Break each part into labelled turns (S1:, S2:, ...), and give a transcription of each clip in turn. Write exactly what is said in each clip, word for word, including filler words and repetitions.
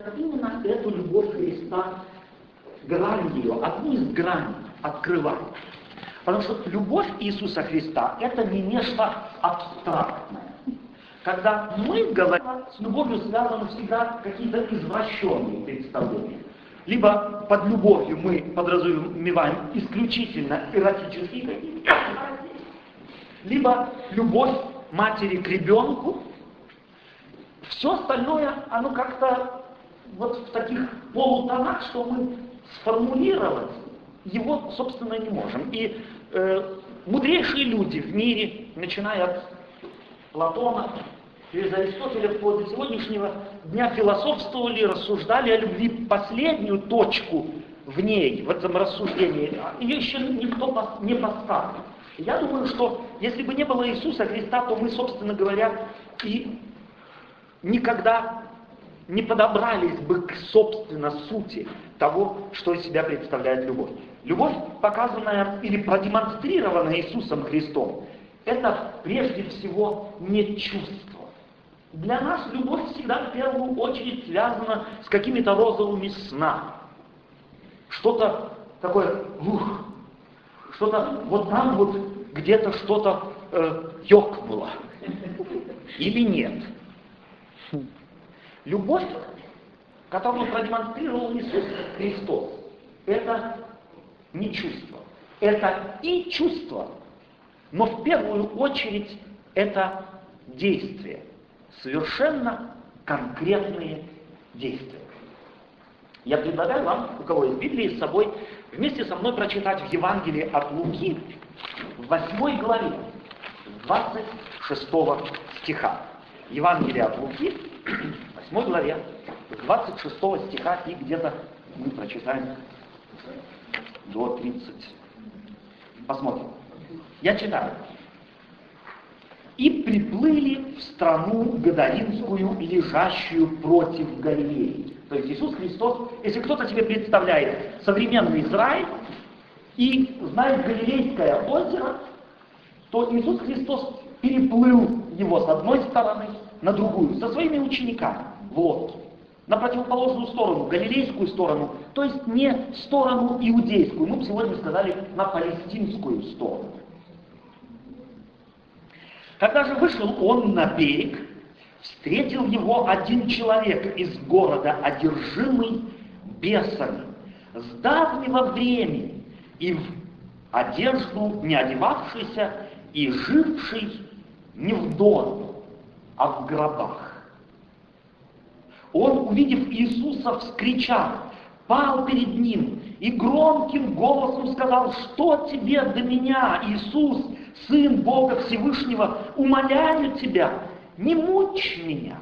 S1: именно эту любовь Христа, грань ее, одну из граней открывает. Потому что любовь Иисуса Христа — это не нечто абстрактное. Когда мы говорим, с любовью связаны всегда какие-то извращенные представления. Либо под любовью мы подразумеваем исключительно эротические какие-то, либо любовь матери к ребенку. Все остальное, оно как-то вот в таких полутонах, что мы сформулировать его, собственно, не можем. И э, мудрейшие люди в мире, начиная от Платона, через Аристотеля, вплоть до сегодняшнего дня, философствовали, рассуждали о любви. Последнюю точку в ней, в этом рассуждении, ее еще никто не поставил. Я думаю, что если бы не было Иисуса Христа, то мы, собственно говоря, и никогда не подобрались бы к, собственно, сути того, что из себя представляет любовь. Любовь, показанная или продемонстрированная Иисусом Христом, это прежде всего не чувство. Для нас любовь всегда в первую очередь связана с какими-то розовыми снами. Что-то такое, ух, что-то вот там вот где-то что-то э, ёкнуло. Или нет. Любовь, которую продемонстрировал Иисус Христос, это не чувство. Это и чувство, но в первую очередь это действия. Совершенно конкретные действия. Я предлагаю вам, у кого есть Библия с собой, вместе со мной прочитать в Евангелии от Луки в восьмой главе, двадцать шестого стиха. Евангелие от Луки, в восьмой главе, двадцать шестого стиха, и где-то мы прочитаем до тридцатого. Посмотрим. Я читаю. «И приплыли в страну Гадаринскую, лежащую против Галилеи». То есть Иисус Христос, если кто-то себе представляет современный Израиль и знает Галилейское озеро, то Иисус Христос переплыл его с одной стороны на другую, со своими учениками в лодке, на противоположную сторону, галилейскую сторону, то есть не сторону иудейскую, мы бы сегодня сказали на палестинскую сторону. Когда же вышел он на берег, встретил его один человек из города, одержимый бесами, с давнего времени, и в одежду не одевавшийся, и живший не в доме, а в гробах. Он, увидев Иисуса, вскричал, пал перед ним и громким голосом сказал: «Что тебе до меня, Иисус, Сын Бога Всевышнего, умоляю тебя, не мучь меня».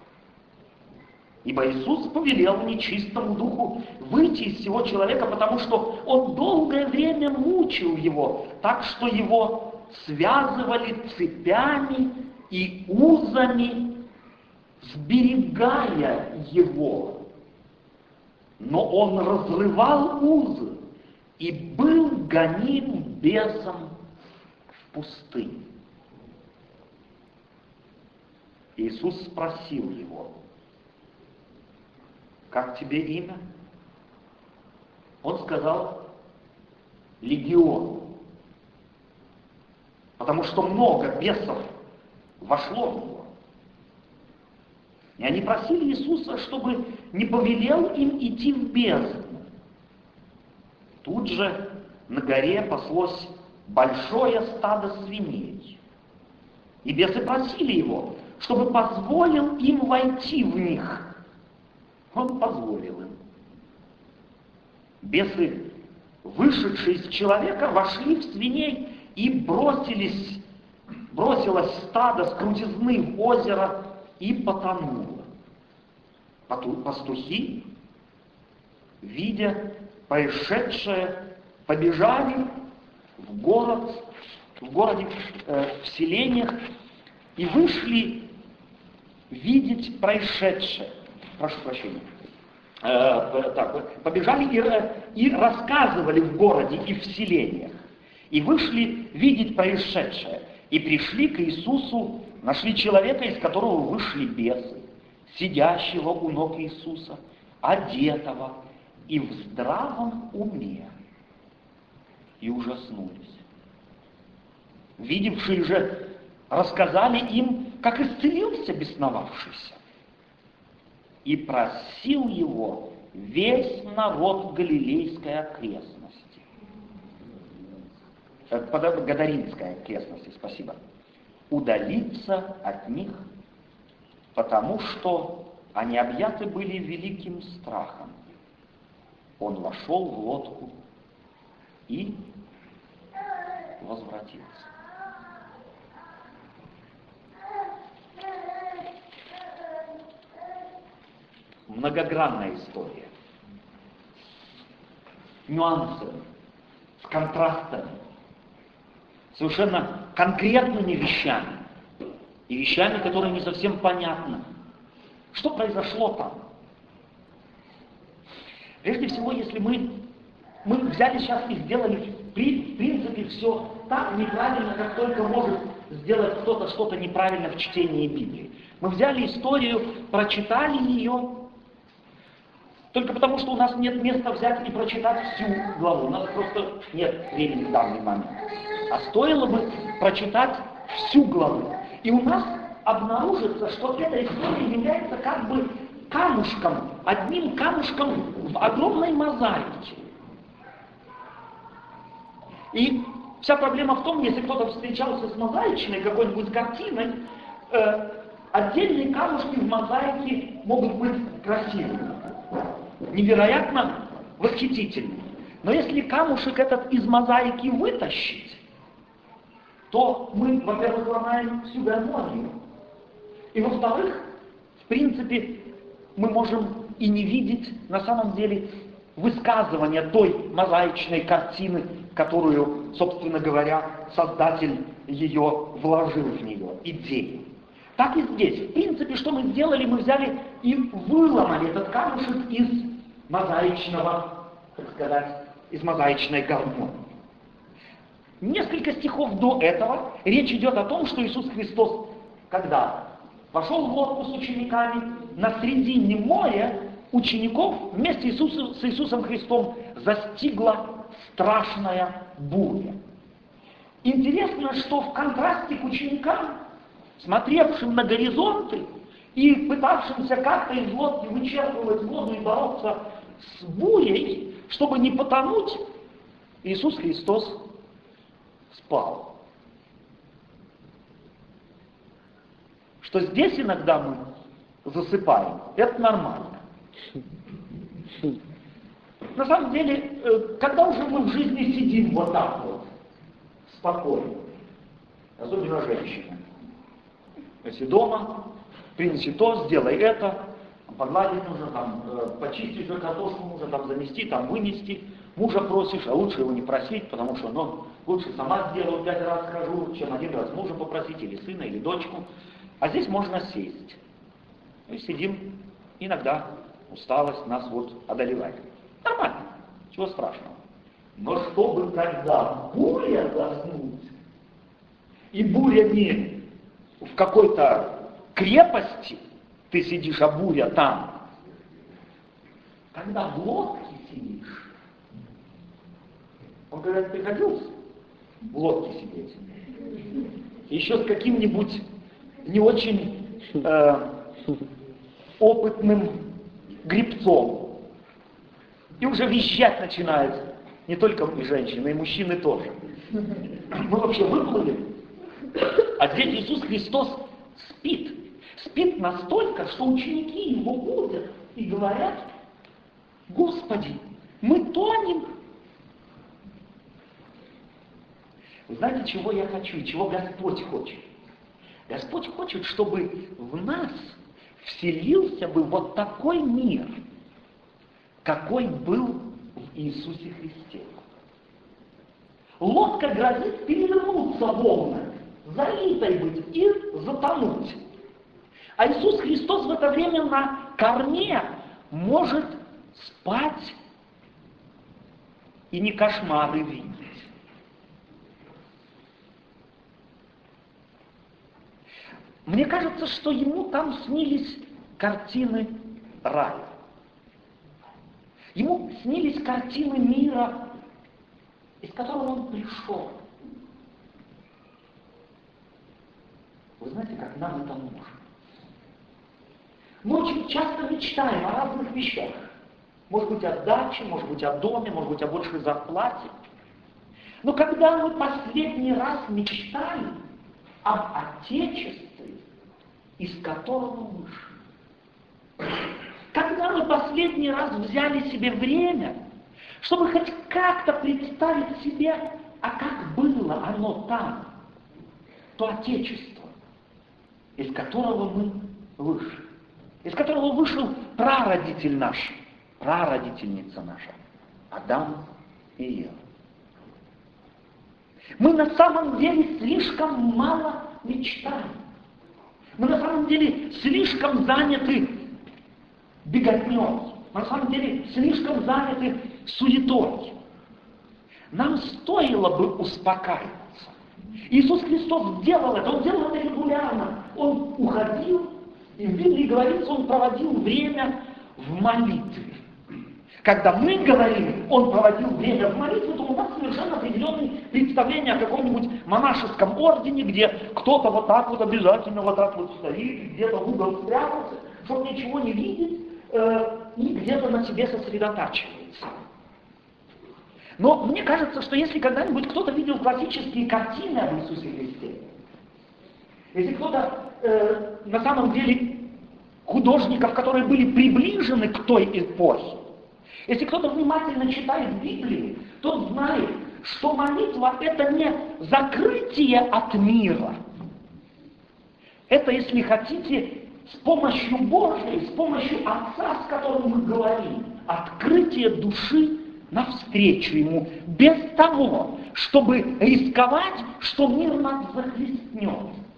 S1: Ибо Иисус повелел нечистому духу выйти из сего человека, потому что он долгое время мучил его, так что его связывали цепями и узами, сберегая его. Но он разрывал узы и был гоним бесом в пустыне. Иисус спросил его: «Как тебе имя?» Он сказал: «Легион», потому что много бесов вошло в него. И они просили Иисуса, чтобы не повелел им идти в бездну. Тут же на горе паслось большое стадо свиней. И бесы просили его, чтобы позволил им войти в них. Он позволил им. Бесы, вышедшие из человека, вошли в свиней и бросились, бросилось стадо с крутизны в озеро и потонуло. Пастухи, видя происшедшее, побежали в город, в городе, э, в селениях и вышли видеть происшедшее. Прошу прощения. Э, так, побежали и, и рассказывали в городе и в селениях. И вышли видеть происшедшее. И пришли к Иисусу, нашли человека, из которого вышли бесы. сидящего у ног Иисуса, одетого и в здравом уме, и ужаснулись. Видевшие же рассказали им, как исцелился бесновавшийся, и просил его весь народ Галилейской окрестности, э, Гадаринской окрестности, спасибо, удалиться от них, потому что они объяты были великим страхом. Он вошел в лодку и возвратился. Многогранная история. Нюансами, с контрастами, совершенно конкретными вещами и вещами, которые не совсем понятны. Что произошло там? Прежде всего, если мы, мы взяли сейчас и сделали в принципе все так неправильно, как только может сделать кто-то что-то неправильно в чтении Библии. Мы взяли историю, прочитали ее, только потому, что у нас нет места взять и прочитать всю главу. У нас просто нет времени в данный момент. А стоило бы прочитать всю главу. И у нас обнаружится, что эта история является как бы камушком, одним камушком в огромной мозаике. И вся проблема в том, если кто-то встречался с мозаичной какой-нибудь картиной, э, отдельные камушки в мозаике могут быть красивыми, невероятно восхитительными. Но если камушек этот из мозаики вытащить, то мы, во-первых, ломаем всю гармонию. И во-вторых, в принципе, мы можем и не видеть на самом деле высказывания той мозаичной картины, которую, собственно говоря, создатель ее вложил в нее, идею. Так и здесь. В принципе, что мы сделали? Мы взяли и выломали этот камушек из мозаичного, так сказать, из мозаичной гармонии. Несколько стихов до этого речь идет о том, что Иисус Христос, когда вошел в лодку с учениками, на средине моря учеников вместе Иисуса, с Иисусом Христом застигла страшная буря. Интересно, что в контрасте к ученикам, смотревшим на горизонты и пытавшимся как-то из лодки вычерпывать воду и бороться с бурей, чтобы не потонуть, Иисус Христос спал. Что здесь иногда мы засыпаем, это нормально. На самом деле, когда уже мы в жизни сидим вот так вот, спокойно, особенно женщины, если дома, принеси то, сделай это, погладить нужно, там, почистить уже картошку нужно, там, занести, там, вынести, мужа просишь, а лучше его не просить, потому что, ну, лучше сама сделаю, пять раз скажу, чем один раз мужа попросить, или сына, или дочку. А здесь можно сесть. И сидим, иногда усталость нас вот одолевает. Нормально, чего страшного. Но чтобы когда буря заснуть, и буря не в какой-то крепости, ты сидишь, а буря там, когда в лодке сидишь, он когда приходился в лодке сидеть, еще с каким-нибудь не очень э, опытным гребцом, и уже визжать начинает не только мы, женщины, и мужчины тоже. Мы вообще выплыли, а здесь Иисус Христос спит. Спит настолько, что ученики его будут и говорят: Господи, мы тонем. Вы знаете, чего я хочу и чего Господь хочет? Господь хочет, чтобы в нас вселился бы вот такой мир, какой был в Иисусе Христе. Лодка грозит перевернуться волнами, залитой быть и затонуть. А Иисус Христос в это время на корме может спать и не кошмары видеть. Мне кажется, что ему там снились картины рая. Ему снились картины мира, из которого он пришел. Вы знаете, как нам это нужно? Мы очень часто мечтаем о разных вещах. Может быть, о даче, может быть, о доме, может быть, о большей зарплате. Но когда мы последний раз мечтали об Отечестве, из которого вышли? Когда мы последний раз взяли себе время, чтобы хоть как-то представить себе, а как было оно там, то Отечество, из которого мы вышли, из которого вышел прародитель наш, прародительница наша, Адам и Ева. Мы на самом деле слишком мало мечтаем. Мы на самом деле слишком заняты беготней. Мы на самом деле слишком заняты суетой. Нам стоило бы успокаиваться. Иисус Христос делал это, Он делал это регулярно. Он уходил, и в Библии говорится, Он проводил время в молитве. Когда мы говорим, Он проводил время в молитве, то у нас совершенно определенные представления о каком-нибудь монашеском ордене, где кто-то вот так вот обязательно вот так вот стоит, где-то в угол спрятался, чтобы ничего не видеть, э, и где-то на себе сосредотачивается. Но мне кажется, что если когда-нибудь кто-то видел классические картины об Иисусе Христе, если кто-то э, на самом деле художников, которые были приближены к той эпохе, если кто-то внимательно читает Библию, то знает, что молитва – это не закрытие от мира. Это, если хотите, с помощью Божьей, с помощью Отца, с которым мы говорим, открытие души навстречу Ему, без того, чтобы рисковать, что мир нас захлестнет.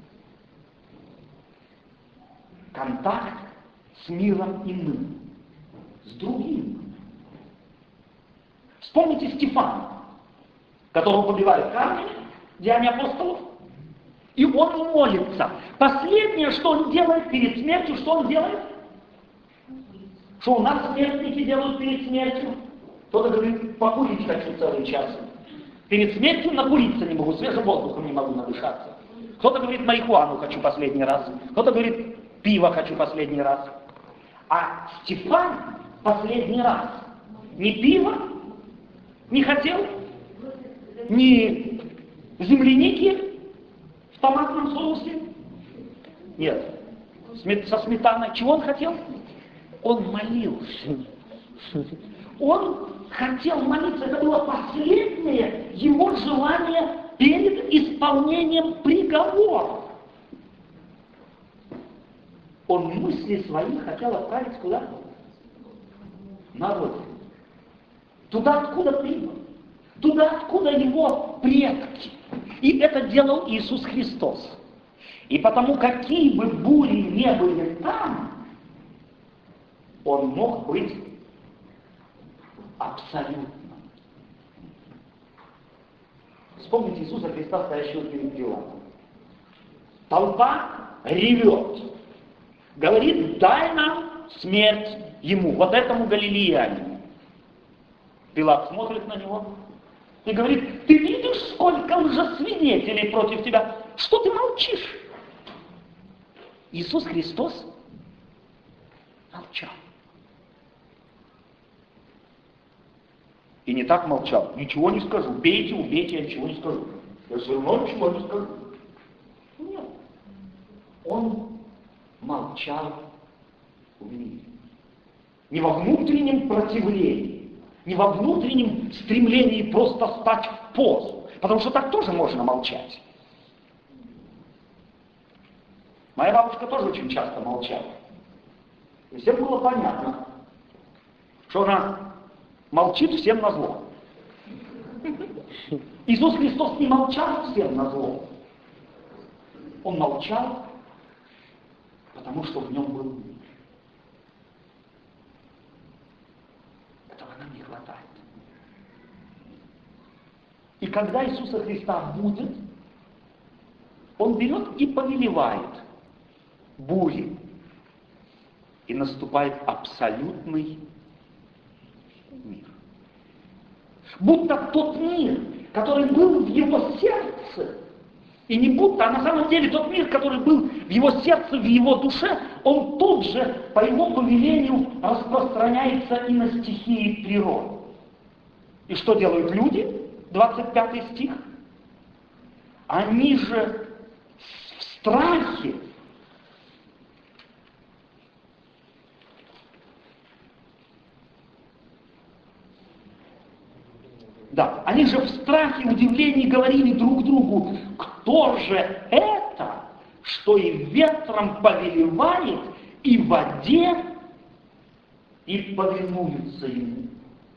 S1: Контакт с миром иным, с другим. Вспомните Стефана, которого побивают камнями, Деяния апостолов, и он молится. Последнее, что он делает перед смертью, что он делает? Что у нас смертники делают перед смертью? Кто-то говорит, покурить хочу целый час. Перед смертью накуриться не могу, свежим воздухом не могу надышаться. Кто-то говорит, марихуану хочу последний раз. Кто-то говорит, пиво хочу последний раз. А Стефан последний раз не пиво не хотел, ни земляники в томатном соусе. Нет. Со сметаной. Чего он хотел? Он молился. Он хотел молиться. Это было последнее его желание перед исполнением приговора. Он мысли свои хотел отправить куда? На родину. Туда, откуда прибыл. Туда, откуда его предки. И это делал Иисус Христос. И потому, какие бы бури не были там, Он мог быть абсолютно. Вспомните Иисуса Христа, стоящего перед Пилатом. Толпа ревет. Говорит, дай нам смерть ему, вот этому галилеянину. Пилат смотрит на него и говорит, ты видишь, сколько лжесвидетелей против тебя? Что ты молчишь? Иисус Христос молчал. И не так молчал. Ничего не скажу. Бейте, убейте, я ничего не скажу. Я все равно ничего не скажу. Нет. Он молчал в мире. Не во внутреннем противлении, не во внутреннем стремлении просто стать в позу. Потому что так тоже можно молчать. Моя бабушка тоже очень часто молчала. И всем было понятно, что она молчит всем назло. Иисус Христос не молчал всем назло. Он молчал, потому что в нем был мир. Этого нам не хватает. И когда Иисуса Христа будет, Он берет и повелевает бури, и наступает абсолютный мир. Будто тот мир, который был в его сердце, и не будто, а на самом деле тот мир, который был в его сердце, в его душе, он тут же, по его повелению, распространяется и на стихии природы. И что делают люди? двадцать пятый стих. Они же в страхе Да, они же в страхе, удивлении говорили друг другу, кто же это, что и ветром повелевает, и в воде, и повинуются ему.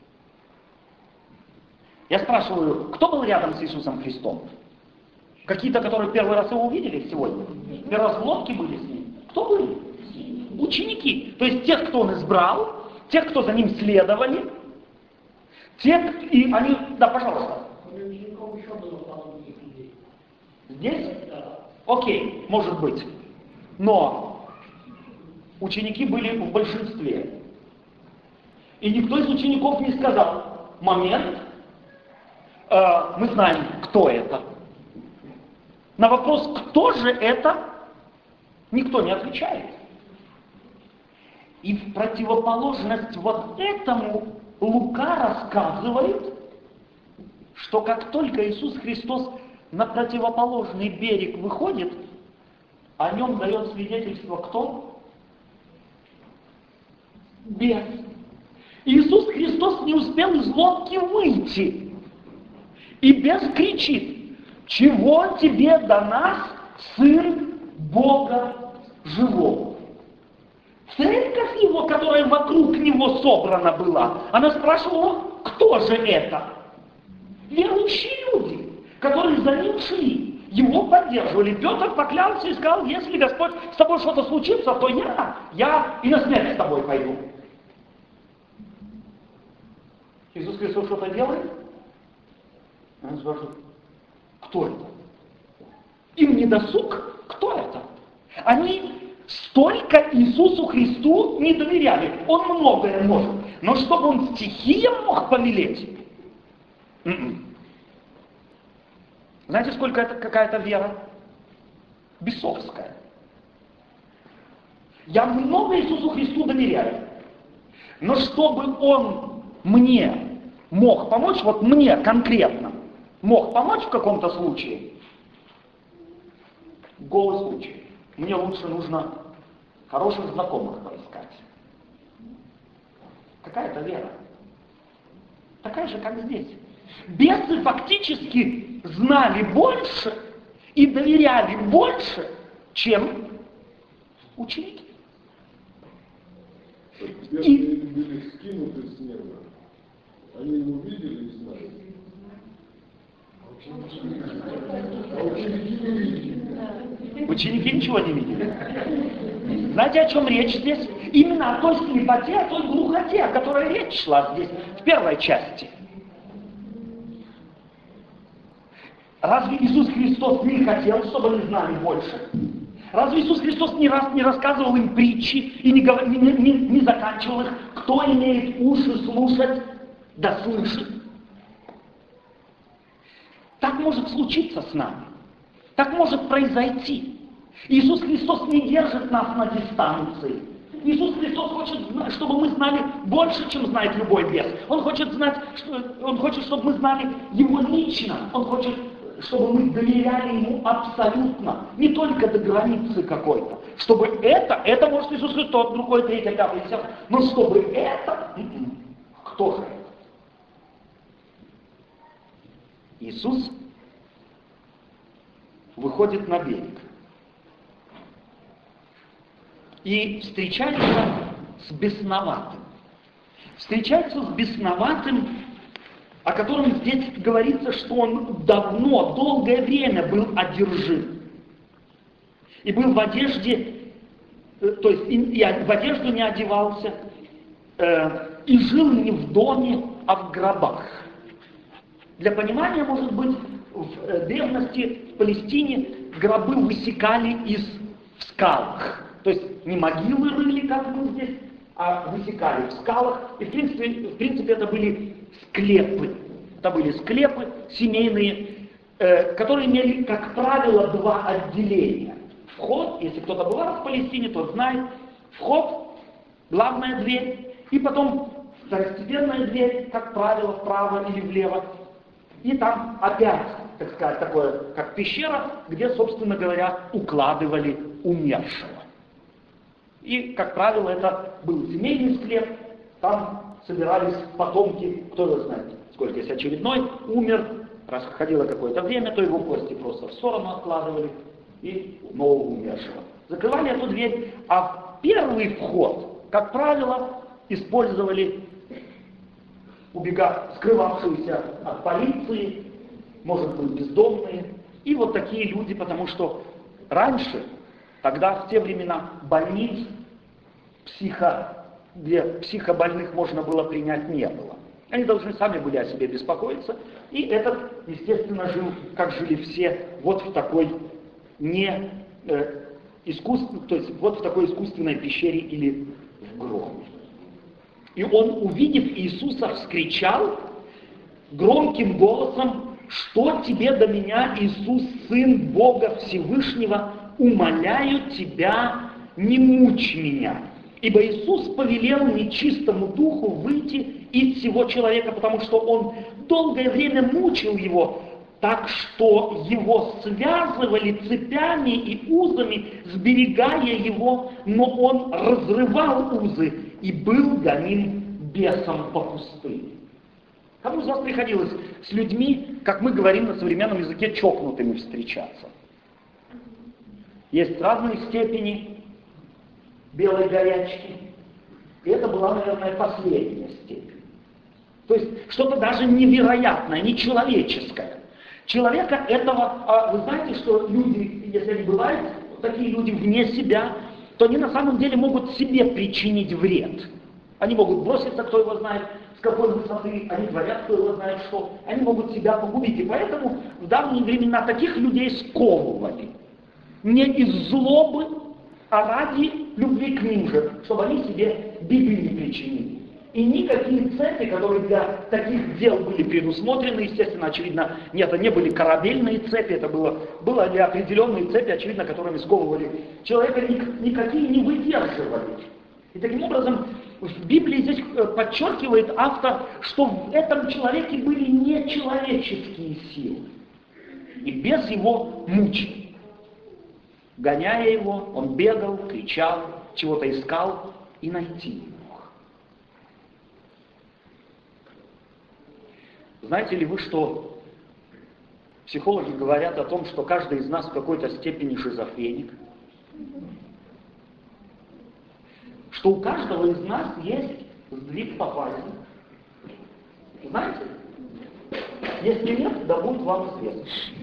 S1: Я спрашиваю, кто был рядом с Иисусом Христом? Какие-то, которые первый раз его увидели сегодня? Первый раз в лодке были с ним? Кто были? Ученики. То есть тех, кто он избрал, тех, кто за ним следовали, те, и они... Да, пожалуйста. Здесь? Окей, может быть. Но ученики были в большинстве. И никто из учеников не сказал, момент, э, мы знаем, кто это. На вопрос, кто же это, никто не отвечает. И в противоположность вот этому Лука рассказывает, что как только Иисус Христос на противоположный берег выходит, о нем дает свидетельство кто? Бес. Иисус Христос не успел из лодки выйти. И бес кричит, чего тебе до нас, Сын Бога Живого? Церковь его, которая вокруг него собрана была, она спрашивала, кто же это? Верующие люди, которые за ним шли, его поддерживали. Петр поклялся и сказал, если Господь с тобой что-то случится, то я, я и на смерть с тобой пойду. Иисус Христос что-то делает? Он спрашивает, кто это? Им не досуг, кто это? Они столько Иисусу Христу не доверяли. Он многое может. Но чтобы он стихиям мог повелеть? М-м. Знаете, сколько это какая-то вера? Бесовская. Я много Иисусу Христу доверяю. Но чтобы он мне мог помочь, вот мне конкретно, мог помочь в каком-то случае, голый случай. Мне лучше нужно хороших знакомых поискать. Какая-то вера. Такая же, как здесь. Бесы фактически знали больше и доверяли больше, чем ученики.
S2: Бесы и... были скинуты с неба. Они его видели и знали. А ученики не видели.
S1: Ученики ничего не видели. Знаете, о чем речь здесь? Именно о той слепоте, о той глухоте, о которой речь шла здесь, в первой части. Разве Иисус Христос не хотел, чтобы они знали больше? Разве Иисус Христос не раз не рассказывал им притчи и не, говор... не, не, не заканчивал их? Кто имеет уши слушать, да слышит? Так может случиться с нами. Так может произойти. Иисус Христос не держит нас на дистанции. Иисус Христос хочет, чтобы мы знали больше, чем знает любой бес. Он хочет знать, Он хочет, чтобы мы знали Его лично. Он хочет, чтобы мы доверяли Ему абсолютно. Не только до границы какой-то. Чтобы это, это может Иисус Христос, другой, третий, пятый, десятый. Но чтобы это, кто же это? Иисус выходит на берег и встречается с бесноватым. Встречается с бесноватым, о котором здесь говорится, что он давно, долгое время был одержим. И был в одежде, то есть и, и в одежду не одевался, э, и жил не в доме, а в гробах. Для понимания, может быть, в древности в Палестине гробы высекали из скал. То есть не могилы рыли, как мы здесь, а высекали в скалах. И в принципе, в принципе это были склепы. Это были склепы семейные, э, которые имели, как правило, два отделения. Вход, если кто-то бывал в Палестине, тот знает, вход, главная дверь, и потом второстепенная дверь, как правило, вправо или влево. И там опять, так сказать, такое, как пещера, где, собственно говоря, укладывали умершего. И, как правило, это был семейный склеп, там собирались потомки, кто его знает, сколько, если очередной умер, раз ходило какое-то время, то его кости просто в сторону откладывали и нового умершего. Закрывали эту дверь, а первый вход, как правило, использовали убега, скрывавшиеся от полиции, может быть, бездомные, и вот такие люди, потому что раньше, тогда в те времена больниц, психо, где психобольных можно было принять, не было. Они должны сами были о себе беспокоиться, и этот, естественно, жил, как жили все, вот в такой не э, искусстве, то есть вот в такой искусственной пещере или в громе. И он, увидев Иисуса, вскричал громким голосом: «Что тебе до меня, Иисус, Сын Бога Всевышнего, умоляю тебя, не мучь меня». Ибо Иисус повелел нечистому духу выйти из всего человека, потому что он долгое время мучил его, так что его связывали цепями и узами, сберегая его, но он разрывал узы и был гоним бесом по пустыне. Кому из вас приходилось с людьми, как мы говорим на современном языке, чокнутыми встречаться? Есть разные степени белой горячки. И это была, наверное, последняя степень. То есть что-то даже невероятное, нечеловеческое. Человека этого, а вы знаете, что люди, если они бывают, такие люди вне себя, то они на самом деле могут себе причинить вред. Они могут броситься, кто его знает, с какой высоты, они творят, кто его знает что. Они могут себя погубить. И поэтому в давние времена таких людей сковывали. Не из злобы, а ради любви к ним же, чтобы они себе беды не причинили. И никакие цепи, которые для таких дел были предусмотрены, естественно, очевидно, нет, это не были корабельные цепи, это было, было для определенные цепи, очевидно, которыми сковывали человека, никакие не выдерживали. И таким образом в Библии здесь подчеркивает автор, что в этом человеке были нечеловеческие силы. И без его мучений. Гоняя его, он бегал, кричал, чего-то искал и найти не мог. Знаете ли вы, что психологи говорят о том, что каждый из нас в какой-то степени шизофреник? Что у каждого из нас есть сдвиг по фазе. Знаете? Если нет, да будет вам известно.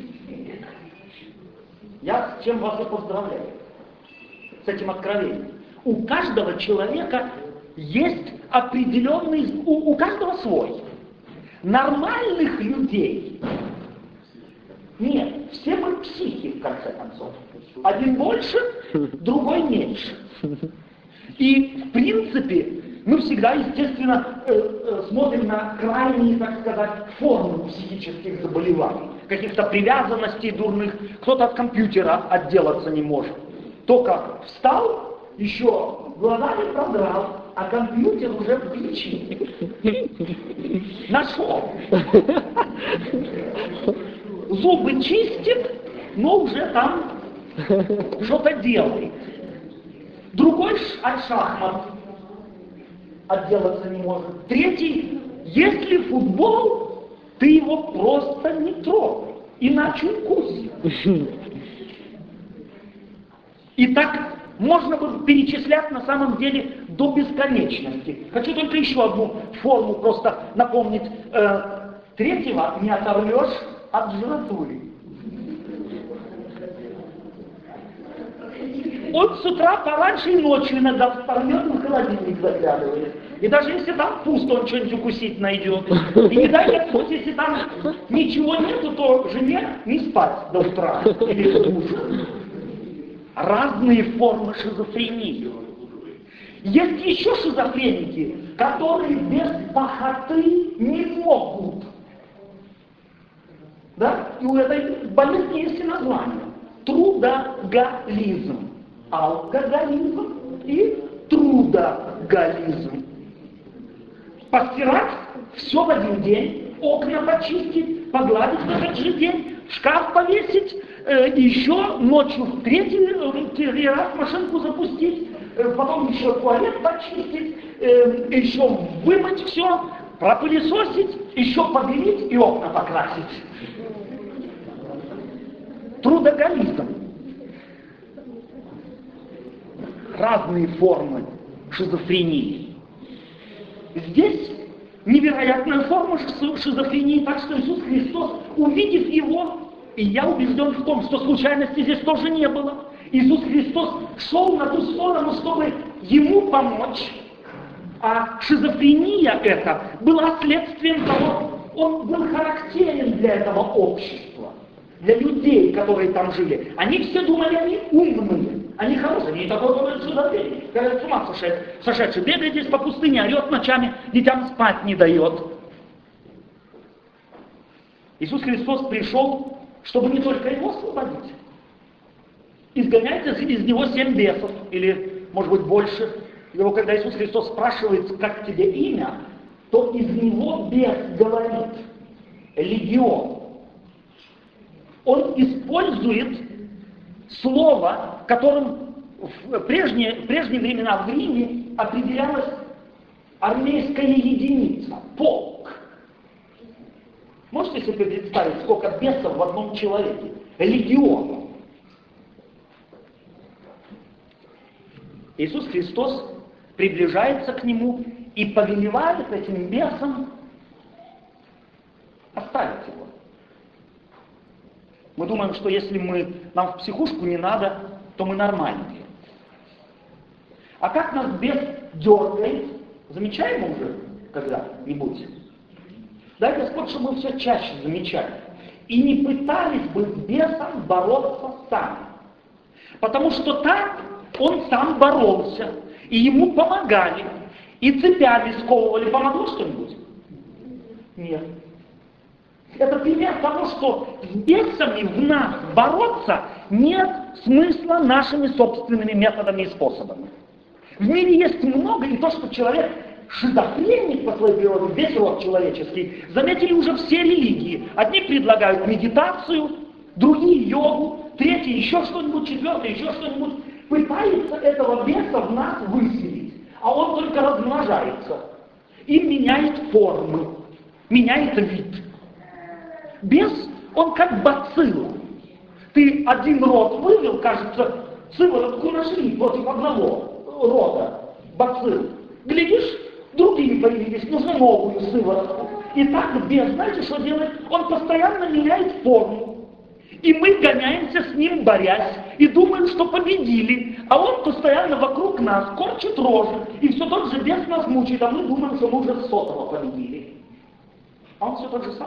S1: Я с чем вас и поздравляю, с этим откровением. У каждого человека есть определенный, у, у каждого свой. Нормальных людей нет, все мы психи, в конце концов. Один больше, другой меньше. И, в принципе, мы всегда, естественно, э, э, смотрим на крайние, так сказать, формы психических заболеваний, каких-то привязанностей дурных. Кто-то от компьютера отделаться не может. Только встал, еще глаза не продрал, а компьютер уже включил. Нашел. Зубы чистит, но уже там что-то делает. Другой от шахмат отделаться не может. Третий, если футбол, ты его просто не трогай, иначе укусит. И так можно бы перечислять на самом деле до бесконечности. Хочу только еще одну форму просто напомнить. Э, третьего не оторвешь от жратвы. Он с утра пораньше и ночью иногда вспорнет, в холодильник заглядывает. И даже если там пусто, он что-нибудь укусить найдет. И не дай Господь, если там ничего нету, то жене не спать до утра или до ужина. разные формы шизофрении. Есть еще шизофреники, которые без похоты не могут. Да? И у этой болезни есть и название. Трудоголизм. Алкоголизм и трудоголизм. Постирать все в один день, окна почистить, погладить в этот же день, в шкаф повесить, э, еще ночью в третий, третий раз машинку запустить, э, потом еще туалет почистить, э, еще вымыть все, пропылесосить, еще побелить и окна покрасить. Трудоголизм. Разные формы шизофрении. Здесь невероятная форма шизофрении, так что Иисус Христос, увидев его, и я убежден в том, что случайности здесь тоже не было, Иисус Христос шел на ту сторону, чтобы ему помочь, а шизофрения эта была следствием того, он был характерен для этого общества, для людей, которые там жили. Они все думали, они умные. Они хорошие, не такой бывает шизофреник. Когда с ума сошедший, сошедший, бегает здесь по пустыне, орет ночами, детям спать не дает. Иисус Христос пришел, чтобы не только его освободить. Изгоняет из, из него семь бесов, или, может быть, больше. Его, когда Иисус Христос спрашивает, как тебе имя, то из него бес говорит, легион. Он использует слово, которым в прежние, в прежние времена в Риме определялась армейская единица, полк. Можете себе представить, сколько бесов в одном человеке? Легион. Иисус Христос приближается к нему и повелевает этим бесам оставить его. Мы думаем, что если мы, нам в психушку не надо, то мы нормальные. А как нас бес дергает, замечаем мы уже когда-нибудь? Дай Господь, чтобы мы все чаще замечали. И не пытались бы с бесом бороться сами. Потому что так он сам боролся, и ему помогали, и цепями сковывали. Помогло что-нибудь? Нет. Это пример того, что с бесами в нас бороться нет смысла нашими собственными методами и способами. В мире есть много, и то, что человек шизофреник по своей природе, весь род человеческий, заметили уже все религии. Одни предлагают медитацию, другие йогу, третьи еще что-нибудь, четвертые еще что-нибудь. Пытаются этого беса в нас выселить, а он только размножается и меняет формы, меняет вид. Бес, он как бацилла. Ты один род вывел, кажется, сыворотку нашли против одного рода бацилл. Глядишь, другие появились, нужно новую сыворотку. И так бес, знаете, что делает? Он постоянно меняет форму. И мы гоняемся с ним, борясь, и думаем, что победили. А он постоянно вокруг нас корчит рожи. И все тот же бес нас мучает, а мы думаем, что мы уже сотого победили. А он все тот же самый.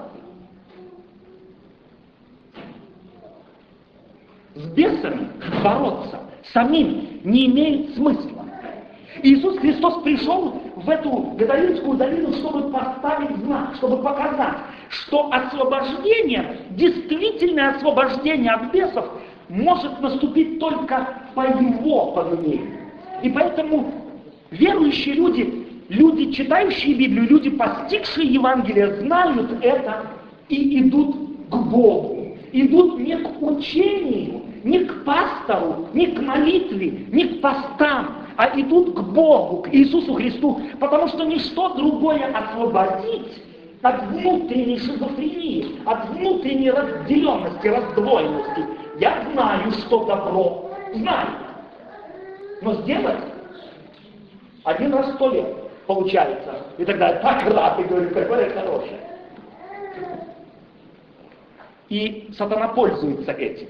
S1: С бесами бороться самим не имеет смысла. Иисус Христос пришел в эту Гадаринскую долину, чтобы поставить знак, чтобы показать, что освобождение, действительное освобождение от бесов может наступить только по его повелению. И поэтому верующие люди, люди, читающие Библию, люди, постигшие Евангелие, знают это и идут к Богу. Идут не к учению, не к пастору, не к молитве, не к постам, а идут к Богу, к Иисусу Христу, потому что ничто другое освободить от внутренней шизофрении, от внутренней разделенности, раздвоенности. Я знаю, что добро, знаю, но сделать один раз в сто лет получается. И тогда я так рад, и говорю, какое хорошее. И сатана пользуется этим.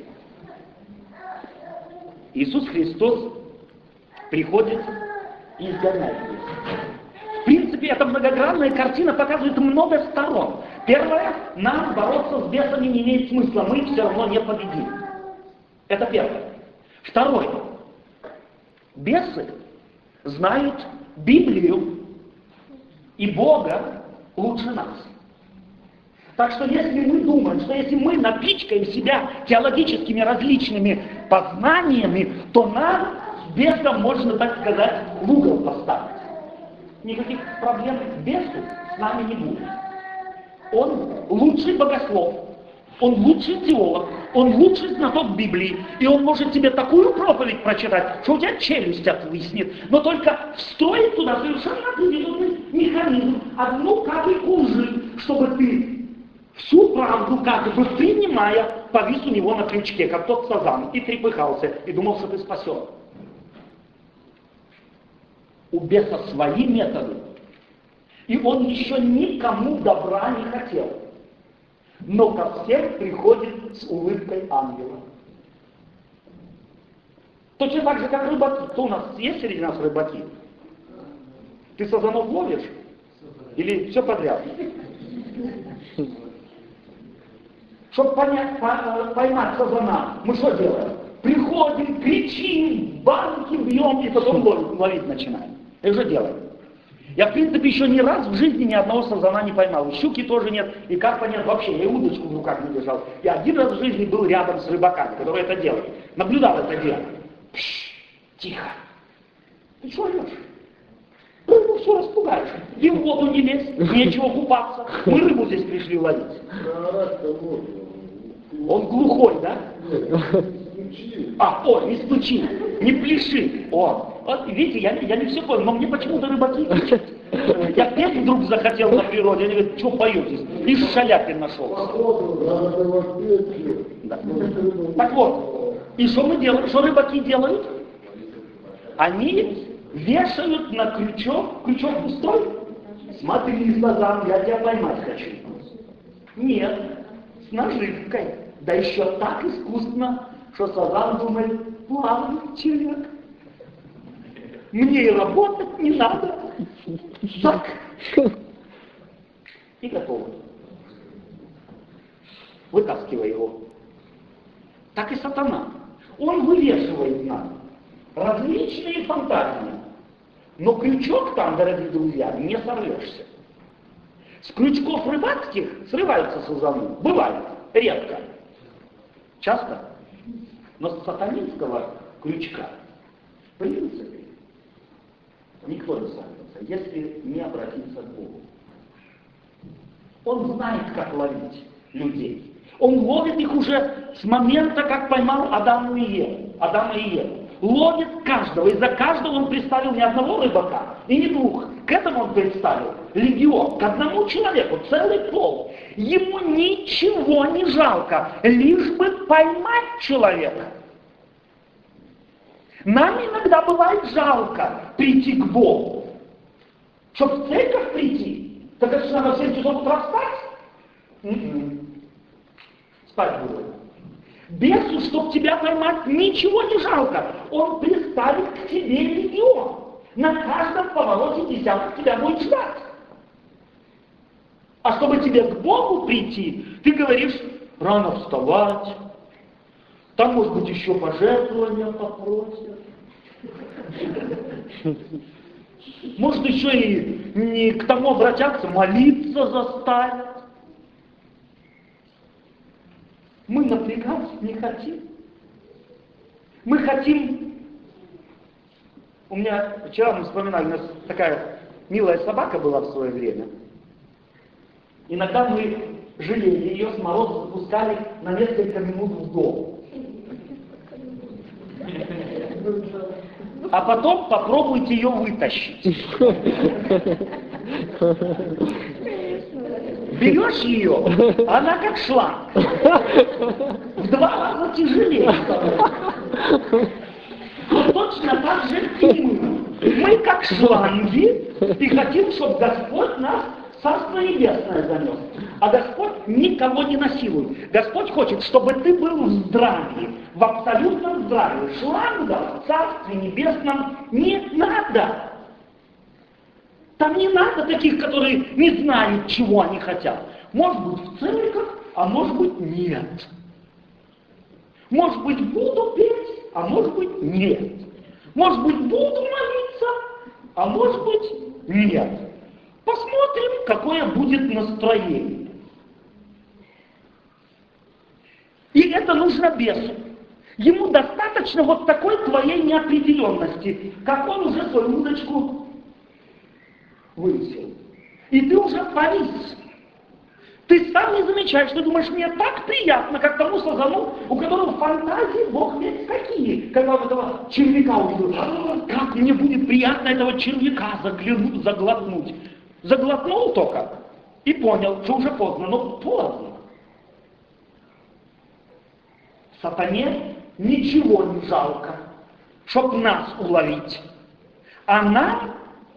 S1: Иисус Христос приходит и изгоняет бесов. В принципе, эта многогранная картина показывает много сторон. Первое, нам бороться с бесами не имеет смысла, мы все равно не победим. Это первое. Второе. Бесы знают Библию и Бога лучше нас. Так что если мы думаем, что если мы напичкаем себя теологическими различными познаниями, то нам бесом можно, так сказать, в угол поставить. Никаких проблем бесу с нами не будет. Он лучший богослов, он лучший теолог, он лучший знаток Библии, и он может тебе такую проповедь прочитать, что у тебя челюсть отвиснет, но только встроить туда совершенно определенный механизм, одну капельку лжи, чтобы ты всю правду, как бы принимая, повис у него на крючке, как тот сазан, и трепыхался, и думал, что ты спасен. У беса свои методы, и он еще никому добра не хотел, но ко всем приходит с улыбкой ангела. Точно так же, как рыбаки. Кто у нас есть среди нас рыбаки? Ты сазанов ловишь? Или все подряд? Чтобы понять, поймать сазана, мы что делаем? Приходим, кричим, банки бьем, и потом ловить, ловить начинаем. И что делаем? Я, в принципе, еще ни раз в жизни ни одного сазана не поймал. И щуки тоже нет, и карпа нет вообще. Я и удочку в руках не держал. Я один раз в жизни был рядом с рыбаками, которые это делают. Наблюдал это дело. Пш, тихо. Ты что орешь? Рыбу все распугаешь. И в воду не лезь, нечего купаться. Мы рыбу здесь пришли ловить. Он глухой, да? А, о, не стучи, не пляши. О, вот, видите, я, я не все понял, но мне почему-то рыбаки кричат. Я петь вдруг захотел на природе, они говорят, что поете? Лишь Шаляпин нашелся. Да. Так вот, и что мы делаем? Что рыбаки делают? Они вешают на крючок, крючок пустой. Смотри, сазан, я тебя поймать хочу. Нет, с наживкой. Да еще так искусственно, что сазан думает, славный человек. Мне и работать не надо. Так. И готово. Вытаскивай его. Так и сатана. Он вывешивает нам различные фантазии. Но крючок там, дорогие друзья, не сорвешься. С крючков рыбацких срываются сазаны. Бывает. Редко. Часто. Но с сатанинского крючка, в принципе, никто не сорвется, если не обратиться к Богу. Он знает, как ловить людей. Он ловит их уже с момента, как поймал Адама и Еву. Адама и Еву. Ловит каждого. И за каждого он представил не одного рыбака, и не двух. К этому он представил легион. К одному человеку, целый пол. Ему ничего не жалко, лишь бы поймать человека. Нам иногда бывает жалко прийти к Богу. Чтобы в церковь прийти, так это же надо в семь часов утра встать? Mm-mm. Спать буду. Бесу, чтобы тебя поймать, ничего не жалко. Он приставит к тебе легион. На каждом повороте десяток тебя будет ждать. А чтобы тебе к Богу прийти, ты говоришь, рано вставать, там, может быть, еще пожертвования попросят. Может, еще и не к тому обратятся, молиться заставят. Мы напрягать не хотим. Мы хотим... У меня, вчера мы вспоминали, у нас такая милая собака была в свое время. Иногда мы жалели ее, с мороза запускали на несколько минут в дом. А потом попробуйте ее вытащить. Берешь ее, она как шланг. В два раза тяжелее. Но точно так же и мы. Мы как шланги и хотим, чтобы Господь нас в Царство Небесное занес. А Господь никого не насилует. Господь хочет, чтобы ты был в здравии, в абсолютном здравии. Шланга в Царстве Небесном не надо. Там не надо таких, которые не знают, чего они хотят. Может быть, в церковь, а может быть, нет. Может быть, буду петь, а может быть нет. Может быть буду молиться, а может быть нет. Посмотрим, какое будет настроение. И это нужно бесу. Ему достаточно вот такой твоей неопределенности, как он уже свою удочку высел. И ты уже повис. Ты сам не замечаешь, ты думаешь, мне так приятно, как тому сазану, у которого фантазии Бог ведь какие. Когда он этого червяка увидел, а, как мне будет приятно этого червяка заглянуть, заглотнуть. Заглотнул только и понял, что уже поздно, но поздно. Сатане ничего не жалко, чтоб нас уловить. А нам,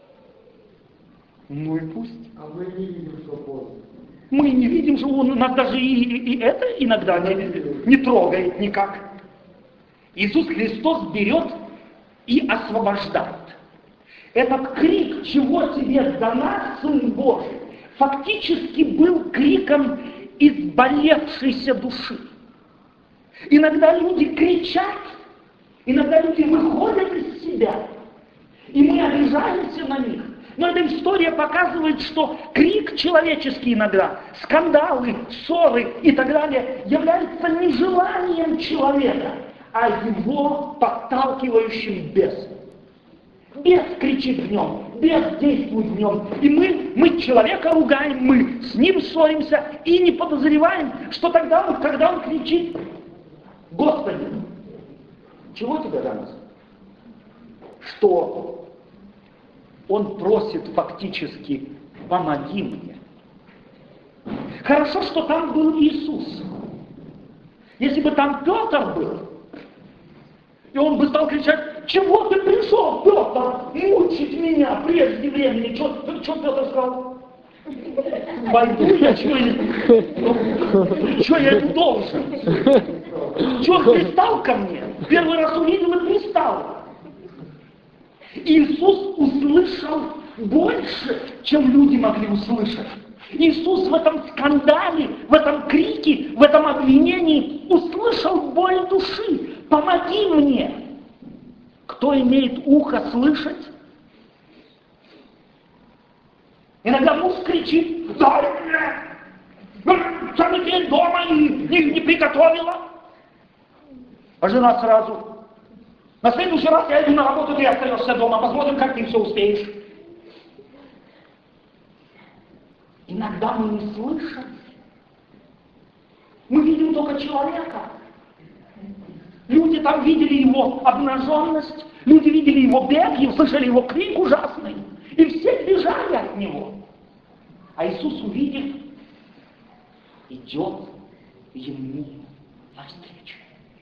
S1: ну и пусть.
S2: А мы не видим, что поздно.
S1: Мы не видим, что он нас даже и, и, и это иногда не, не трогает никак. Иисус Христос берет и освобождает. Этот крик «Чего тебе дана, Сын Божий?» фактически был криком изболевшейся души. Иногда люди кричат, иногда люди выходят из себя, и мы обижаемся на них. Но эта история показывает, что крик человеческий иногда, скандалы, ссоры и так далее являются не желанием человека, а его подталкивающим бесом. Бес кричит в нем, бес действует в нем. И мы, мы человека ругаем, мы с ним ссоримся и не подозреваем, что тогда, он, когда он кричит: «Господи, чего тебе до нас?» Что он просит фактически: «Помоги мне». Хорошо, что там был Иисус. Если бы там Петр был, и он бы стал кричать: «Чего ты пришел, Петр, мучить меня прежде времени?» Что, что Петр сказал? «Пойду я, что я, что я не должен? Что пристал ко мне? Первый раз увидел и пристал». Иисус услышал больше, чем люди могли услышать. Иисус в этом скандале, в этом крике, в этом обвинении услышал боль души. «Помоги мне!» Кто имеет ухо слышать? Иногда муж кричит: «Дай мне! Что ты дома не, не, не приготовила?» А жена сразу: «На следующий раз я иду на работу, ты остаешься дома, посмотрим, как ты все успеешь». Иногда мы не слышим. Мы видим только человека. Люди там видели его обнаженность, люди видели его бег, и услышали его крик ужасный. И все бежали от него. А Иисус, увидев, идет ему навстречу.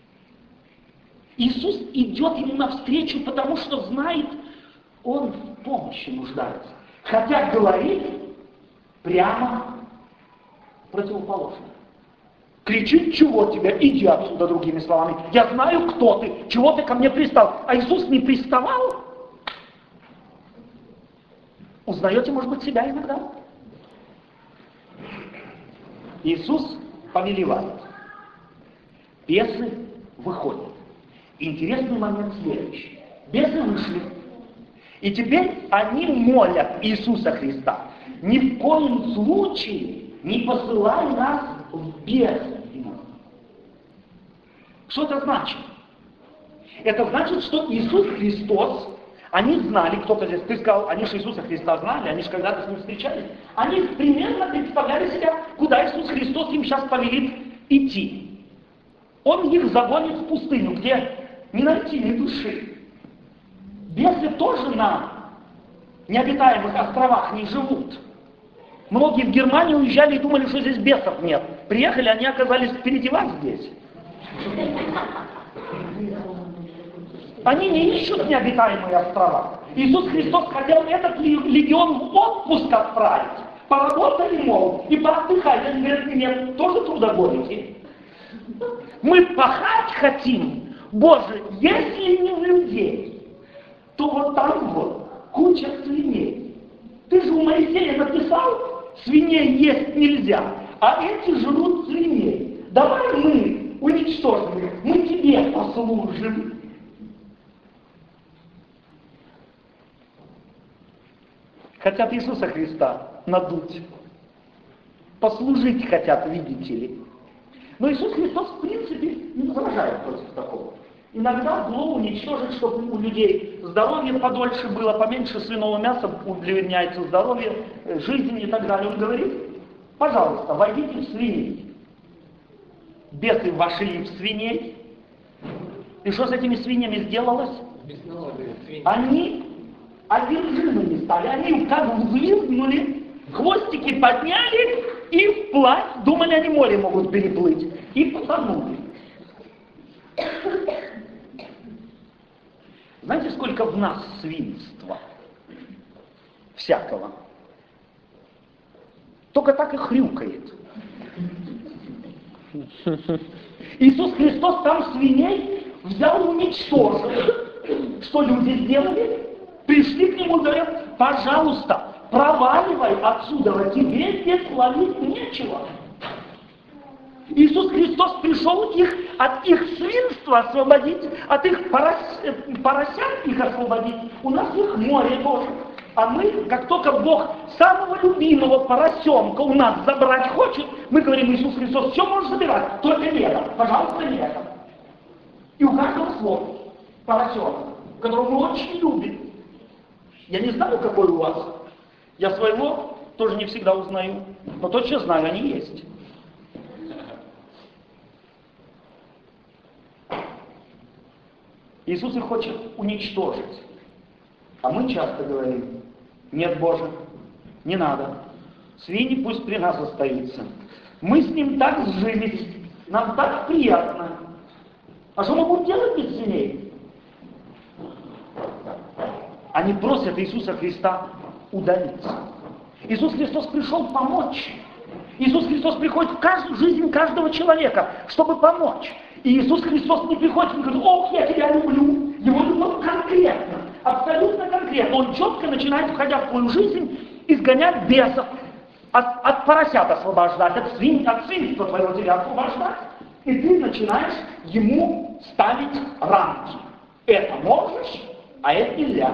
S1: Иисус идет ему навстречу, потому что знает, он в помощи нуждается. Хотя говорит прямо противоположно. Кричит: «Чего тебе? Иди отсюда», другими словами. «Я знаю, кто ты, чего ты ко мне пристал». А Иисус не приставал. Узнаете, может быть, себя иногда? Иисус повелевает. Бесы выходят. Интересный момент следующий. Бесы вышли. И теперь они молят Иисуса Христа: «Ни в коем случае не посылай нас в бесы». Что это значит? Это значит, что Иисус Христос, они знали, кто-то здесь, ты сказал, они же Иисуса Христа знали, они же когда-то с Ним встречались, они примерно представляли себя, куда Иисус Христос им сейчас повелит идти. Он их загонит в пустыню, где не найти ни души. Бесы тоже на необитаемых островах не живут. Многие в Германию уезжали и думали, что здесь бесов нет. Приехали, они оказались впереди вас здесь. Они не ищут необитаемые острова. Иисус Христос хотел этот легион в отпуск отправить. Поработали, мол, и поотдыхать. Они говорят: «Нет, тоже трудоголики. Мы пахать хотим, Боже, если не в людей, то вот там вот куча свиней. Ты же у Моисея написал, свиней есть нельзя, а эти жрут свиней. Давай мы уничтожим их, мы тебе послужим». Хотят Иисуса Христа надуть. Послужить хотят, видите ли. Но Иисус Христос, в принципе, не возражает против такого. Иногда зло уничтожить, чтобы у людей здоровье подольше было, поменьше свиного мяса, удлиняется здоровье, жизнь и так далее. Он говорит, пожалуйста, войдите в свиней. Бесы вошли в свиней. И что с этими свиньями сделалось? Они одержимыми стали. Они как взвизгнули, хвостики подняли и вплавь, думали, они море могут переплыть. И потонули. Знаете, сколько в нас свинства? Всякого. Только так и хрюкает. Иисус Христос там свиней взял, уничтожил. Что люди сделали? Пришли к Нему, говорят, пожалуйста, проваливай отсюда, тебе здесь ловить нечего. Иисус Христос пришел их от их свинства освободить, от их порос... поросят их освободить. У нас их море Боже. А мы, как только Бог самого любимого поросенка у нас забрать хочет, мы говорим, Иисус Христос, все можешь забирать, только не это, пожалуйста, не это. И у каждого свой поросенок, которого мы очень любим. Я не знаю, какой у вас. Я своего тоже не всегда узнаю, но точно знаю, они есть. Иисус их хочет уничтожить. А мы часто говорим, нет, Боже, не надо. Свиньи пусть при нас остаются. Мы с ним так сжились, нам так приятно. А что мы будем делать без свиней? Они просят Иисуса Христа удалиться. Иисус Христос пришел помочь. Иисус Христос приходит в каждую жизнь каждого человека, чтобы помочь. И Иисус Христос не приходит и говорит, ох, я тебя люблю. Его любовь конкретно, абсолютно конкретно. Он четко начинает, входя в твою жизнь, изгонять бесов, от, от поросят освобождать, от, свинь, от свинства твоего тебя освобождать. И ты начинаешь ему ставить рамки. Это можешь, а это нельзя.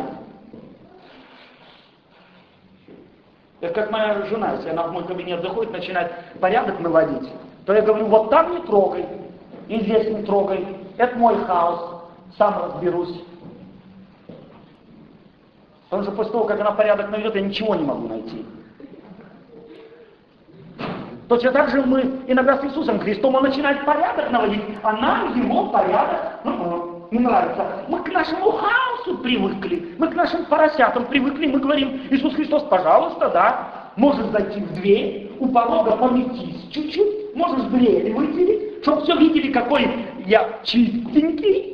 S1: Это как моя жена, если она в мой кабинет заходит, начинает порядок наводить, то я говорю, вот там не трогай. И здесь не трогай. Это мой хаос. Сам разберусь. Потому что после того, как она порядок наведет, я ничего не могу найти. Точно так же мы иногда с Иисусом Христом, Он начинает порядок наводить, а нам Его порядок ну, не нравится. Мы к нашему хаосу привыкли, мы к нашим поросятам привыкли, мы говорим, Иисус Христос, пожалуйста, да, можешь зайти в дверь, у порога пометись чуть-чуть, можешь дрель выделить, чтобы все видели, какой я чистенький.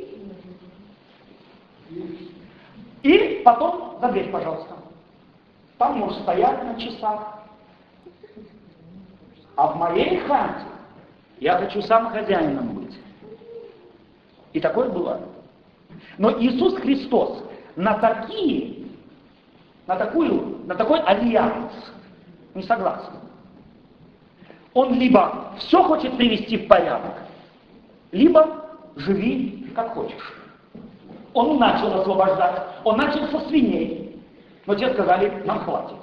S1: И потом за дверь, пожалуйста. Там можешь стоять на часах. А в моей хате я хочу сам хозяином быть. И такое бывает. Но Иисус Христос на такие, на такую, на такой альянс не согласен. Он либо все хочет привести в порядок, либо живи как хочешь. Он начал освобождать, он начал со свиней. Но те сказали, нам хватит.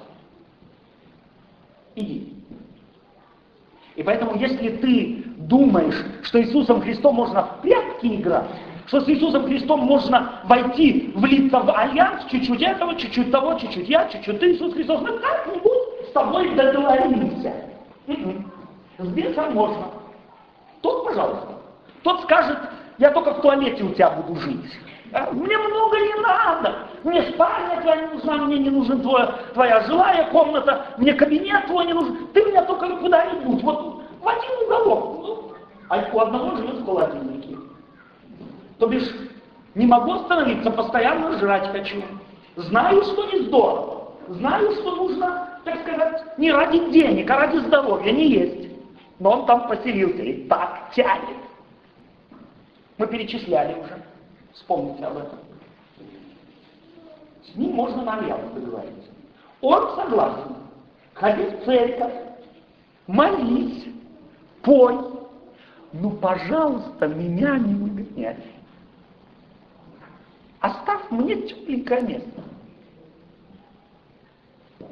S1: Иди. И поэтому, если ты думаешь, что Иисусом Христом можно в прятки играть, что с Иисусом Христом можно войти, влиться в альянс, чуть-чуть этого, чуть-чуть того, чуть-чуть я, чуть-чуть ты, Иисус Христос, мы как-нибудь с тобой договоримся. С бесом можно. Тот, пожалуйста. Тот скажет, я только в туалете у тебя буду жить. Мне много не надо. Мне спальня твоя не нужна, мне не нужна твоя, твоя жилая комната, мне кабинет твой не нужен. Ты меня только куда-нибудь, вот в один уголок. А у одного живет в холодильнике. То бишь, не могу остановиться, постоянно жрать хочу. Знаю, что не здорово. Знаю, что нужно, так сказать, не ради денег, а ради здоровья не есть. Но он там поселился и так тянет. Мы перечисляли уже. Вспомните об этом. С ним можно на альянс договориться. Он согласен. Ходи в церковь, молись, пой. Ну, пожалуйста, меня не выгоняй. Оставь мне тепленькое место.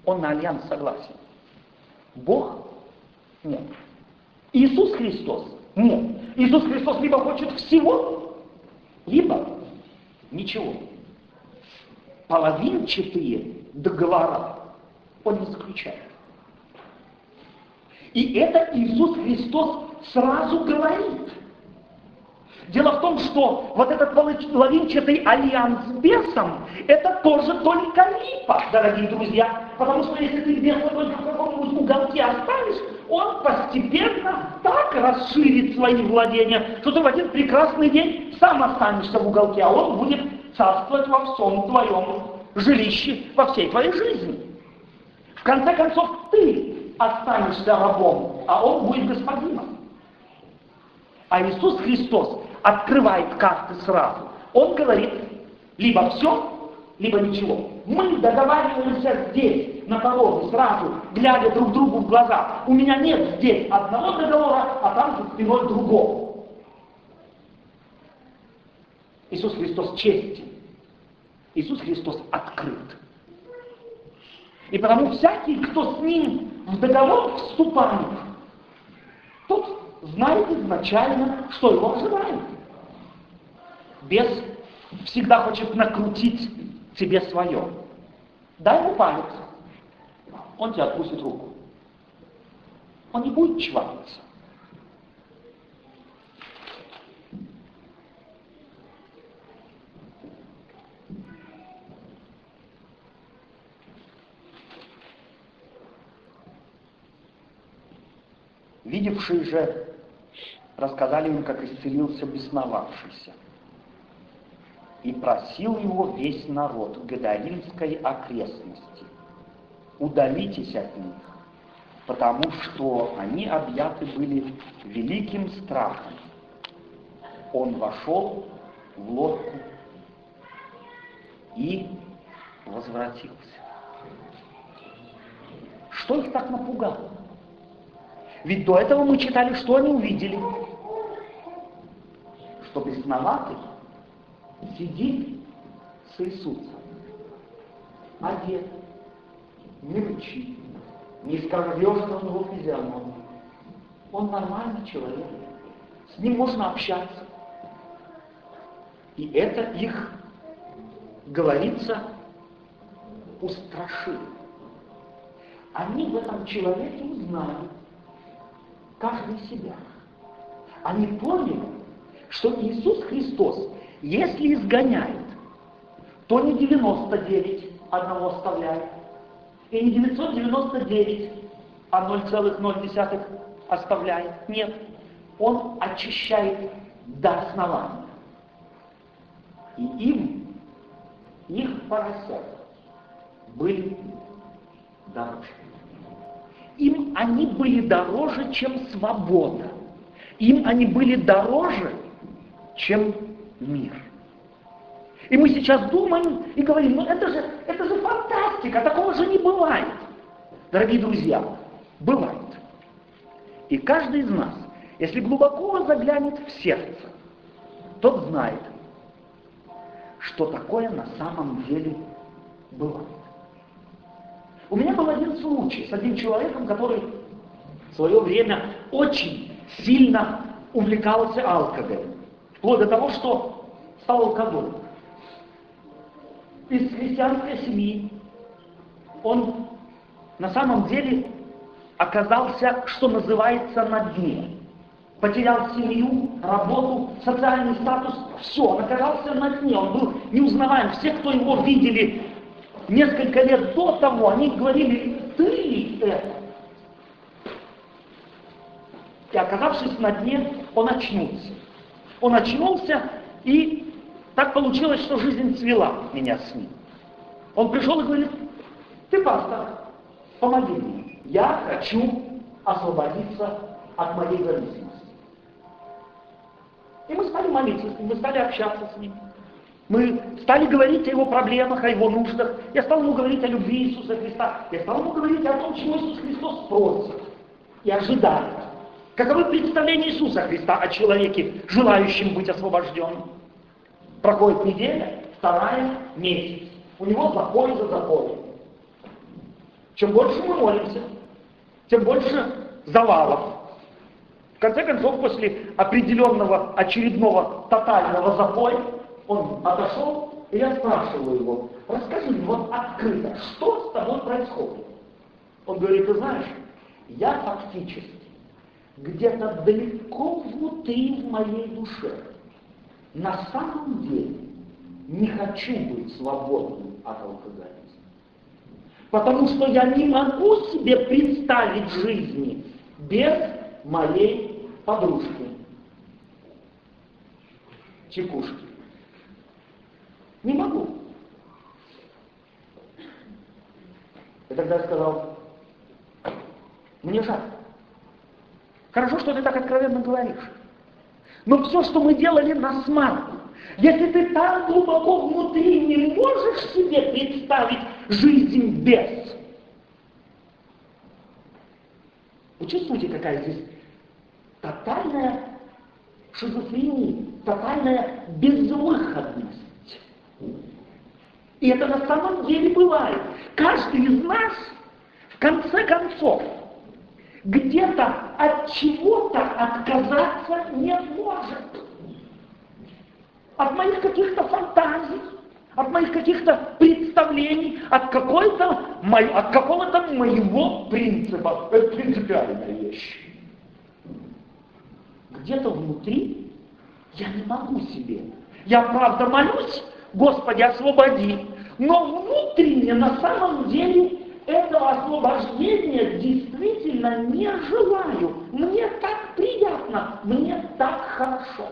S1: Он на альянс согласен. Бог? Нет. Иисус Христос? Нет. Иисус Христос либо хочет всего, либо ничего. Половинчатые договора он не заключает. И это Иисус Христос сразу говорит. Дело в том, что вот этот половинчатый альянс с бесом, это тоже только липа, дорогие друзья. Потому что если ты беса только в каком-нибудь уголке оставишь, он постепенно так расширит свои владения, что ты в один прекрасный день сам останешься в уголке, а он будет царствовать во всем твоем жилище, во всей твоей жизни. В конце концов, ты останешься рабом, а он будет господином. А Иисус Христос открывает карты сразу. Он говорит, либо все, либо ничего. Мы договариваемся здесь, на пороге, сразу, глядя друг другу в глаза. У меня нет здесь одного договора, а там за спиной другого. Иисус Христос честен. Иисус Христос открыт. И потому всякий, кто с ним в договор вступает, тот знает изначально, что его ожидает. Бес всегда хочет накрутить тебе свое. Дай ему палец, он тебе отпустит руку. Он не будет чваниться. Видевшие же рассказали им, как исцелился бесновавшийся. И просил его весь народ Гадаринской окрестности: удалитесь от них, потому что они объяты были великим страхом. Он вошел в лодку и возвратился. Что их так напугало? Ведь до этого мы читали, что они увидели. Что бесноватый сидит с Иисусом, одет, не рычит, не искажена у него физиономия. Он нормальный человек, с ним можно общаться. И это их, говорится, устрашило. Они в этом человеке узнали, каждый себя. Они поняли, что Иисус Христос, если изгоняет, то не девяносто девять одного оставляет, и не девятьсот девяносто девять, а ноль целых ноль десятых оставляет. Нет, он очищает до основания. И им, их поросята были дороже. Им они были дороже, чем свобода. Им они были дороже, чем мир. И мы сейчас думаем и говорим, ну это же, это же фантастика, такого же не бывает. Дорогие друзья, бывает. И каждый из нас, если глубоко заглянет в сердце, тот знает, что такое на самом деле бывает. У меня был один случай с одним человеком, который в свое время очень сильно увлекался алкоголем. Вплоть до того, что стал алкоголиком. Из христианской семьи он на самом деле оказался, что называется, на дне. Потерял семью, работу, социальный статус, все, он оказался на дне, он был неузнаваем. Все, кто его видели несколько лет до того, они говорили, ты ли это? И оказавшись на дне, он очнулся. Он очнулся, и так получилось, что жизнь свела меня с ним. Он пришел и говорит, ты, пастор, помоги мне. Я хочу освободиться от моей зависимости. И мы стали молиться с ним, мы стали общаться с ним. Мы стали говорить о его проблемах, о его нуждах. Я стал ему говорить о любви Иисуса Христа. Я стал ему говорить о том, чего Иисус Христос просит и ожидает. Каковы представления Иисуса Христа о человеке, желающем быть освобожденным? Проходит неделя, вторая, месяц. У него запой за запоем. Чем больше мы молимся, тем больше завалов. В конце концов, после определенного очередного тотального запоя, он отошел, и я спрашиваю его: расскажи мне вот открыто, что с тобой происходит? Он говорит: ты знаешь, я фактически где-то далеко внутри в моей душе на самом деле не хочу быть свободным от алкоголизма. Потому что я не могу себе представить жизни без моей подружки, чекушки. Не могу. И тогда я сказал: мне жаль. Хорошо, что ты так откровенно говоришь. Но все, что мы делали на смарку, если ты там глубоко внутри не можешь себе представить жизнь без. Вы чувствуете, какая здесь тотальная шизофрения, тотальная безвыходность? И это на самом деле бывает. Каждый из нас, в конце концов, где-то от чего-то отказаться не может. От моих каких-то фантазий, от моих каких-то представлений, от, какой-то, от какого-то моего принципа. Это принципиальная вещь. Где-то внутри я не могу себе. Я правда молюсь: Господи, освободи. Но внутренне, на самом деле, этого освобождения действительно не желаю. Мне так приятно, мне так хорошо.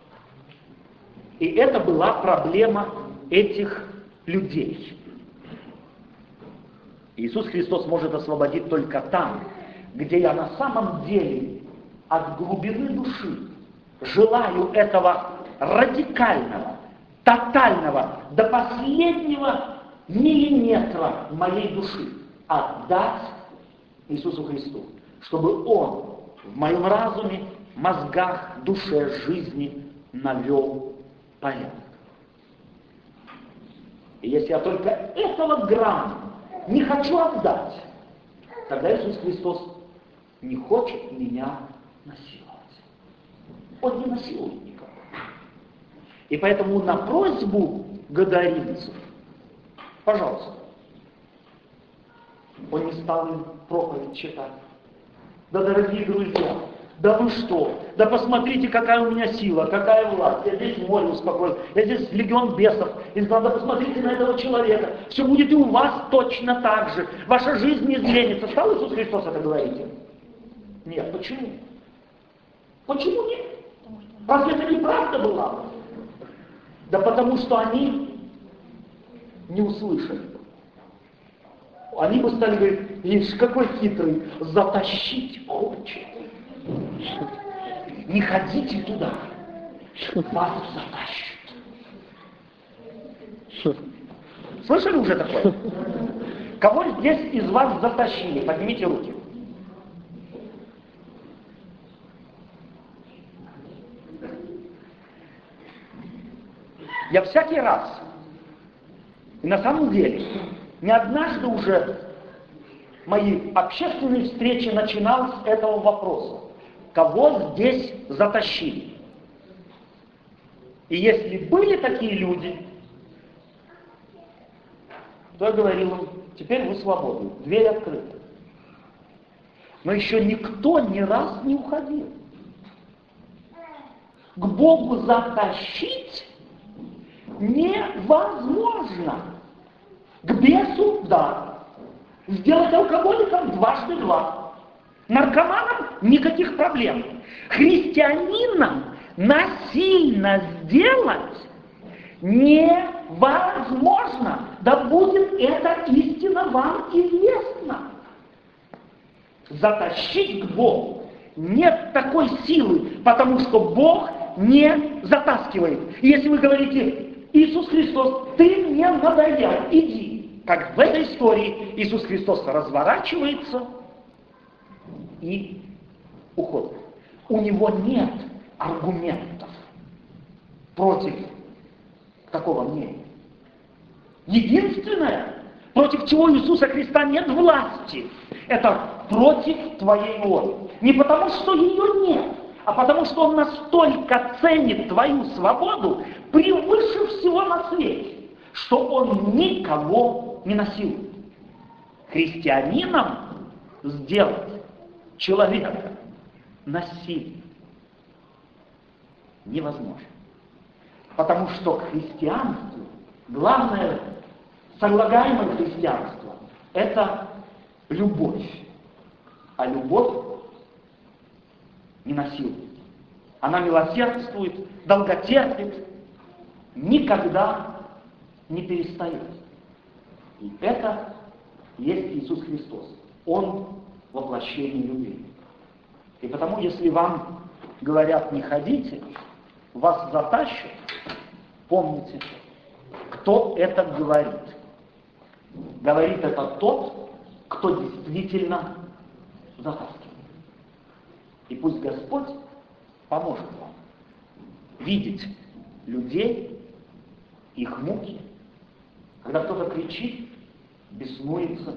S1: И это была проблема этих людей. Иисус Христос может освободить только там, где я на самом деле от глубины души желаю этого радикального, тотального, до последнего миллиметра моей души отдать Иисусу Христу, чтобы Он в моем разуме, мозгах, душе, жизни навел порядок. И если я только этого грамма не хочу отдать, тогда Иисус Христос не хочет меня насиловать. Он не насилует никого. И поэтому на просьбу гадаринцев, пожалуйста, он не стал им проповедь читать. Да, дорогие друзья, да вы что? Да посмотрите, какая у меня сила, какая власть. Я здесь море успокоил, я здесь легион бесов. И да посмотрите на этого человека. Все будет и у вас точно так же. Ваша жизнь не изменится. Стал Иисус Христос это говорить? Нет. Почему? Почему нет? Разве это неправда была? Да потому что они не услышали. Они бы стали говорить: видишь, какой хитрый, затащить хочет. Не ходите туда, вас затащат. Слышали уже такое? Кого здесь из вас затащили? Поднимите руки. Я всякий раз, и на самом деле, не однажды уже мои общественные встречи начинал с этого вопроса. Кого здесь затащили? И если были такие люди, то я говорил им: теперь вы свободны, дверь открыта. Но еще никто ни раз не уходил. К Богу затащить невозможно. К бесу — да. Сделать алкоголиком дважды два. Наркоманам никаких проблем. Христианинам насильно сделать невозможно. Да будет эта истина вам известна. Затащить к Богу нет такой силы, потому что Бог не затаскивает. И если вы говорите: Иисус Христос, ты мне надоел, иди. Как в этой истории Иисус Христос разворачивается и уходит. У него нет аргументов против такого мнения. Единственное, против чего у Иисуса Христа нет власти. Это против твоей воли. Не потому, что ее нет, а потому, что Он настолько ценит твою свободу превыше всего на свете, что Он никого не насилует. Христианином сделать человека насильным невозможно. Потому что к христианству, главное, слагаемое христианство, это любовь. А любовь не насилует. Она милосердствует, долготерпит, никогда не перестает. И это есть Иисус Христос. Он воплощение любви. И потому, если вам говорят «не ходите», вас затащат, помните, кто это говорит. Говорит это тот, кто действительно затаскивает. И пусть Господь поможет вам видеть людей, их муки, когда кто-то кричит, беснуется,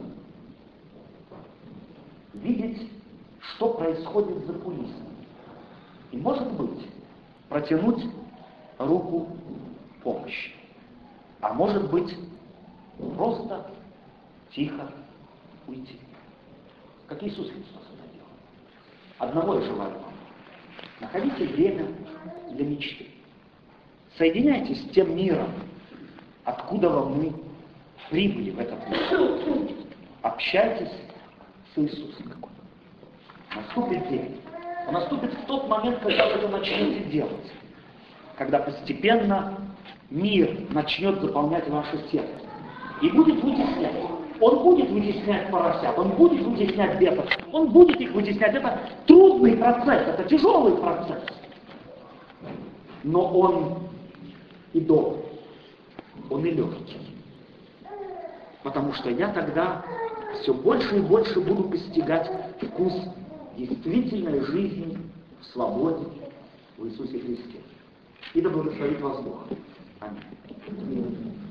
S1: видеть, что происходит за кулисами. И, может быть, протянуть руку помощи. А может быть, просто тихо уйти. Как Иисус Христос это делал. Одного я желаю вам. Находите время для мечты. Соединяйтесь с тем миром, откуда мы прибыли в этот мир. Общайтесь с Иисусом. Наступит день. Он наступит в тот момент, когда вы это начнете делать. Когда постепенно мир начнет заполнять ваше сердце. И будет вытеснять. Он будет вытеснять поросят, он будет вытеснять бесов, он будет их вытеснять. Это трудный процесс, это тяжелый процесс. Но он и добрый, он и легкий. Потому что я тогда все больше и больше буду постигать вкус действительной жизни в свободе в Иисусе Христе. И да благословит вас Бог. Аминь.